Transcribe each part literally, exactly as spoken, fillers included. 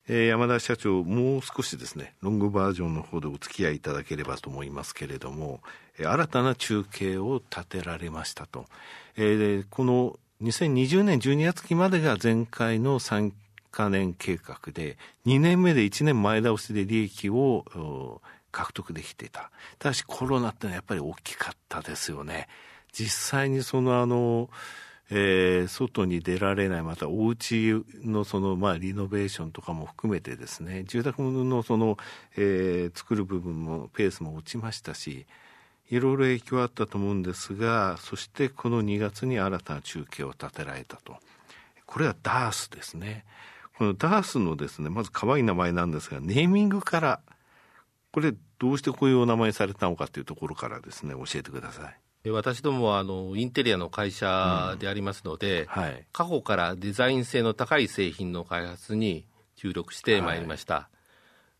えー、山田社長、もう少しですねロングバージョンの方でお付き合いいただければと思いますけれども、えー、新たな中継を立てられましたと、えー、このにせんにじゅうねんじゅうにがつ期までが前回のさんかねん計画で、にねんめでいちねんまえ倒しで利益を獲得できていた。ただしコロナってのはやっぱり大きかったですよね。実際にそのあのえー、外に出られない、またお家のそのまあリノベーションとかも含めてですね、住宅のその、えー、作る部分もペースも落ちましたし、いろいろ影響あったと思うんですが、そしてこのにがつに新たな中継を立てられたと。これはダースですね。このダースのですね、まず可愛い名前なんですが、ネーミングから、これどうしてこういうお名前されたのかというところからですね、教えてください。 私どもはあのインテリアの会社でありますので、うんはい、過去からデザイン性の高い製品の開発に注力してまいりました、はい、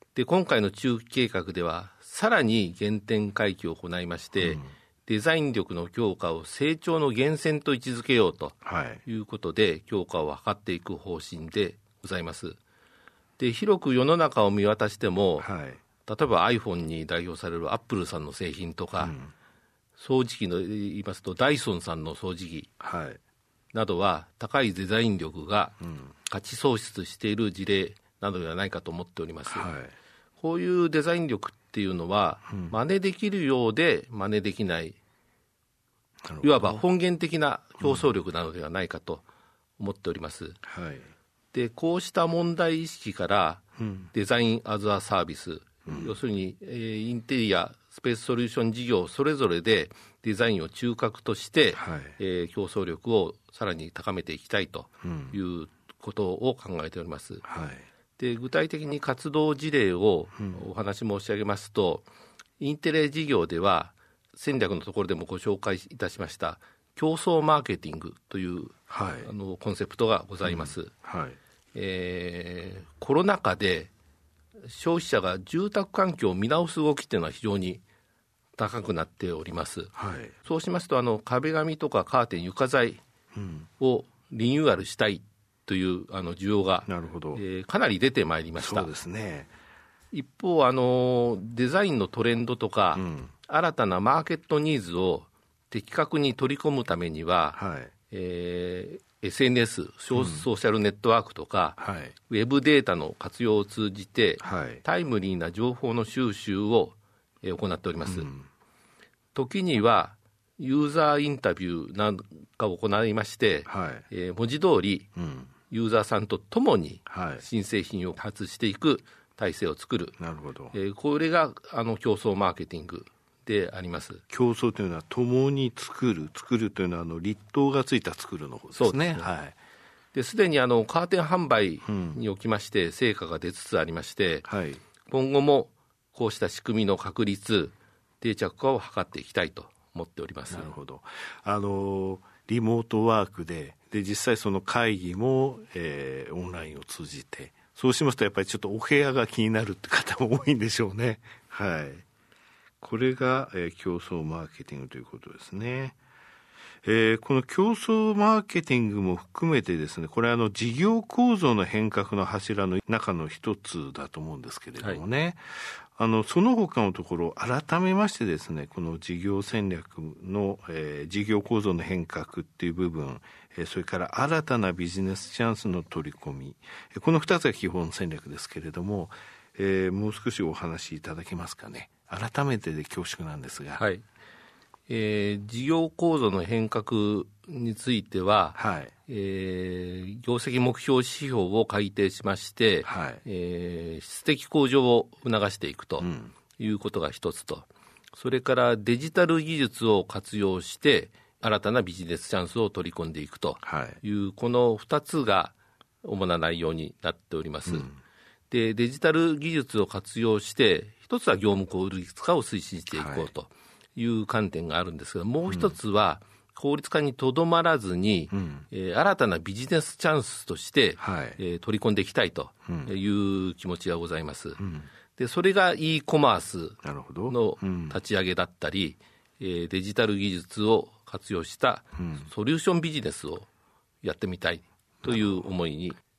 で今回の中期計画ではさらに原点回帰を行いまして、うん、デザイン力の強化を成長の源泉と位置づけようということで、はい、強化を図っていく方針でございます。で広く世の中を見渡しても、はい、例えば iPhone に代表されるアップルさんの製品とか、うん掃除機の言いますとダイソンさんの掃除機などは高いデザイン力が価値創出している事例などではないかと思っております、はい、こういうデザイン力っていうのは真似できるようで真似できない、うん、いわば本源的な競争力なのではないかと思っております、うんはい、でこうした問題意識からデザインアズアサービス、うん、要するに、えー、インテリアスペースソリューション事業それぞれでデザインを中核として、はいえー、競争力をさらに高めていきたいということを考えております、うんはい、で具体的に活動事例をお話申し上げますと、うん、インテリア事業では戦略のところでもご紹介いたしました競争マーケティングという、はい、あのコンセプトがございます、うんはいえー、コロナ禍で消費者が住宅環境を見直す動きというのは非常に高くなっております、はい、そうしますとあの壁紙とかカーテン床材をリニューアルしたいというあの需要が、なるほど、えー、かなり出てまいりました。 そうですね。 一方あのデザインのトレンドとか、うん、新たなマーケットニーズを的確に取り込むためには、はいえーエスエヌエス ソーシャルネットワークとか、うんはい、ウェブデータの活用を通じて、はい、タイムリーな情報の収集を、えー、行っております、うん、時にはユーザーインタビューなんかを行いまして、はいえー、文字通り、うん、ユーザーさんと共に新製品を開発していく体制を作る、なるほど、えー、これがあの競争マーケティングであります。 競争というのは共に作る作るというのはあの立冬がついた作るの方ですね。そうですね、はい、 ですでにあのカーテン販売におきまして成果が出つつありまして、うんはい、今後もこうした仕組みの確立定着化を図っていきたいと思っております。 なるほど。あのリモートワーク で, で実際その会議も、えー、オンラインを通じて、そうしますとやっぱりちょっとお部屋が気になるって方も多いんでしょうね。はいこれが、えー、競争マーケティングということですね。えー、この競争マーケティングも含めてですね、これはあの事業構造の変革の柱の中の一つだと思うんですけれどもね、はい、あのその他のところ改めましてですね、この事業戦略の、えー、事業構造の変革っていう部分、えー、それから新たなビジネスチャンスの取り込み、この二つが基本戦略ですけれども、えー、もう少しお話しいただけますかね。改めてで恐縮なんですが、 はいえー、事業構造の変革については、はいえー、業績目標指標を改定しまして、はいえー、質的向上を促していくということが一つと、うん、それからデジタル技術を活用して新たなビジネスチャンスを取り込んでいくという、はい、この二つが主な内容になっております、うんでデジタル技術を活用して一つは業務効率化を推進していこうという観点があるんですが、もう一つは効率化にとどまらずに、うんえー、新たなビジネスチャンスとして、はいえー、取り込んでいきたいという気持ちがございます、うん、でそれが e コマースの立ち上げだったり、うんえー、デジタル技術を活用したソリューションビジネスをやってみたいという思いに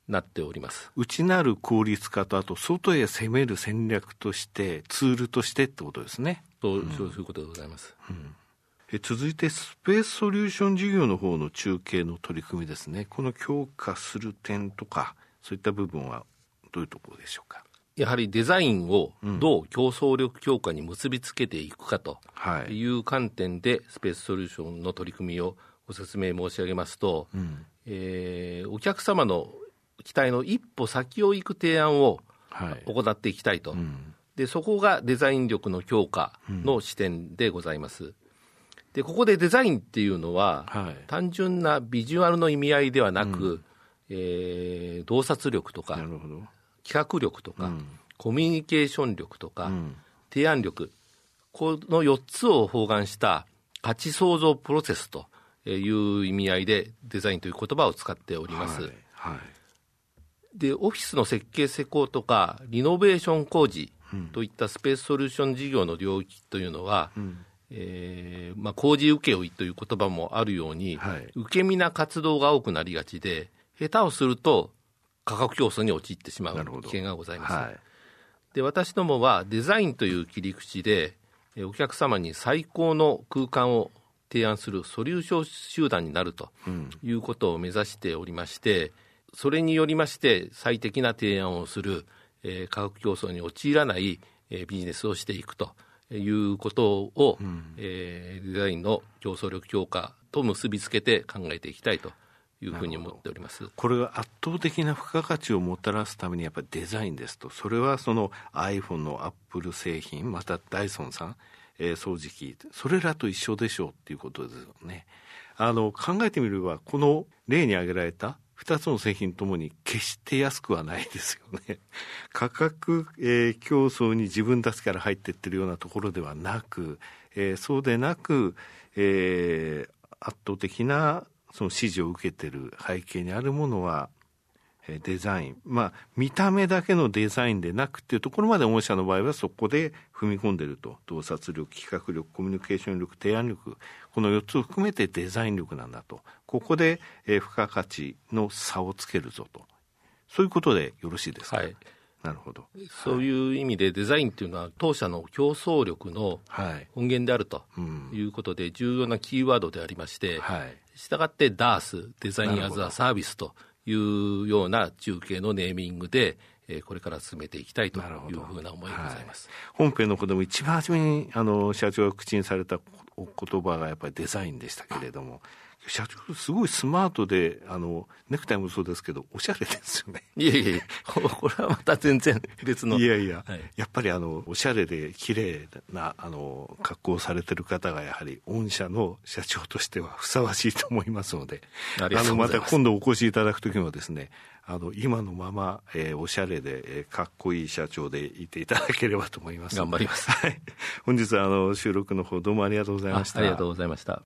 なっております。 内なる効率化と、あと外へ攻める戦略として、ツールとしてってことですね。 そう、うん、そういうことでございます。 うん、え続いてスペースソリューション事業の方の中継の取り組みですね。この強化する点とか、そういった部分はどういうところでしょうか。 やはりデザインをどう競争力強化に結びつけていくかという観点でスペースソリューションの取り組みをご説明申し上げますと、うんえー、お客様の期待の一歩先を行く提案を行っていきたいと、はいうん、でそこがデザイン力の強化の視点でございます。でここでデザインっていうのは、はい、単純なビジュアルの意味合いではなく、うんえー、洞察力とかなるほど企画力とか、うん、コミュニケーション力とか、うん、提案力、このよっつを包含した価値創造プロセスという意味合いでデザインという言葉を使っております、はいはい、でオフィスの設計施工とかリノベーション工事といったスペースソリューション事業の領域というのは、うんえーまあ、工事請負という言葉もあるように、はい、受け身な活動が多くなりがちで、下手をすると価格競争に陥ってしまう危険がございます、はい、で私どもはデザインという切り口でお客様に最高の空間を提案するソリューション集団になるということを目指しておりまして、うん、それによりまして最適な提案をする、えー、価格競争に陥らない、えー、ビジネスをしていくということを、うんえー、デザインの競争力強化と結びつけて考えていきたいというふうに思っております。 これが圧倒的な付加価値をもたらすためにやっぱりデザインですと、それはその iPhone の Apple 製品、またダイソンさん、えー、掃除機、それらと一緒でしょうっていうことですよね。あの考えてみればこの例に挙げられたふたつの製品ともに決して安くはないですよね。価格、えー、競争に自分たちから入っていってるようなところではなく、えー、そうでなく、えー、圧倒的なその支持を受けている背景にあるものはデザイン、まあ見た目だけのデザインでなくっていうところまで御社の場合はそこで踏み込んでいると。洞察力、企画力、コミュニケーション力、提案力、このよっつを含めてデザイン力なんだと。ここで付加価値の差をつけるぞと、そういうことでよろしいですか。はい、なるほど。 そういう意味でデザインというのは当社の競争力の根源であるということで重要なキーワードでありまして、はい、したがって ダース デザインアズアサービスというような中継のネーミングで、えー、これから進めていきたいというふうな思いがございます、はい、 本編のことも一番初めにあの社長が口にされたお言葉がやっぱりデザインでしたけれども、社長すごいスマートで、あのネクタイもそうですけどおしゃれですよね。 いやいやいや、これはまた全然別の。 いやいや、はい、やっぱりあのおしゃれで綺麗なあの格好をされてる方がやはり御社の社長としてはふさわしいと思いますので、ありがとうございます。あのまた今度お越しいただくときもですね、あの今のまま、えー、おしゃれで、えー、かっこいい社長でいていただければと思います。 頑張ります。 はい、本日はあの収録の方どうもありがとうございました。 あ、ありがとうございました。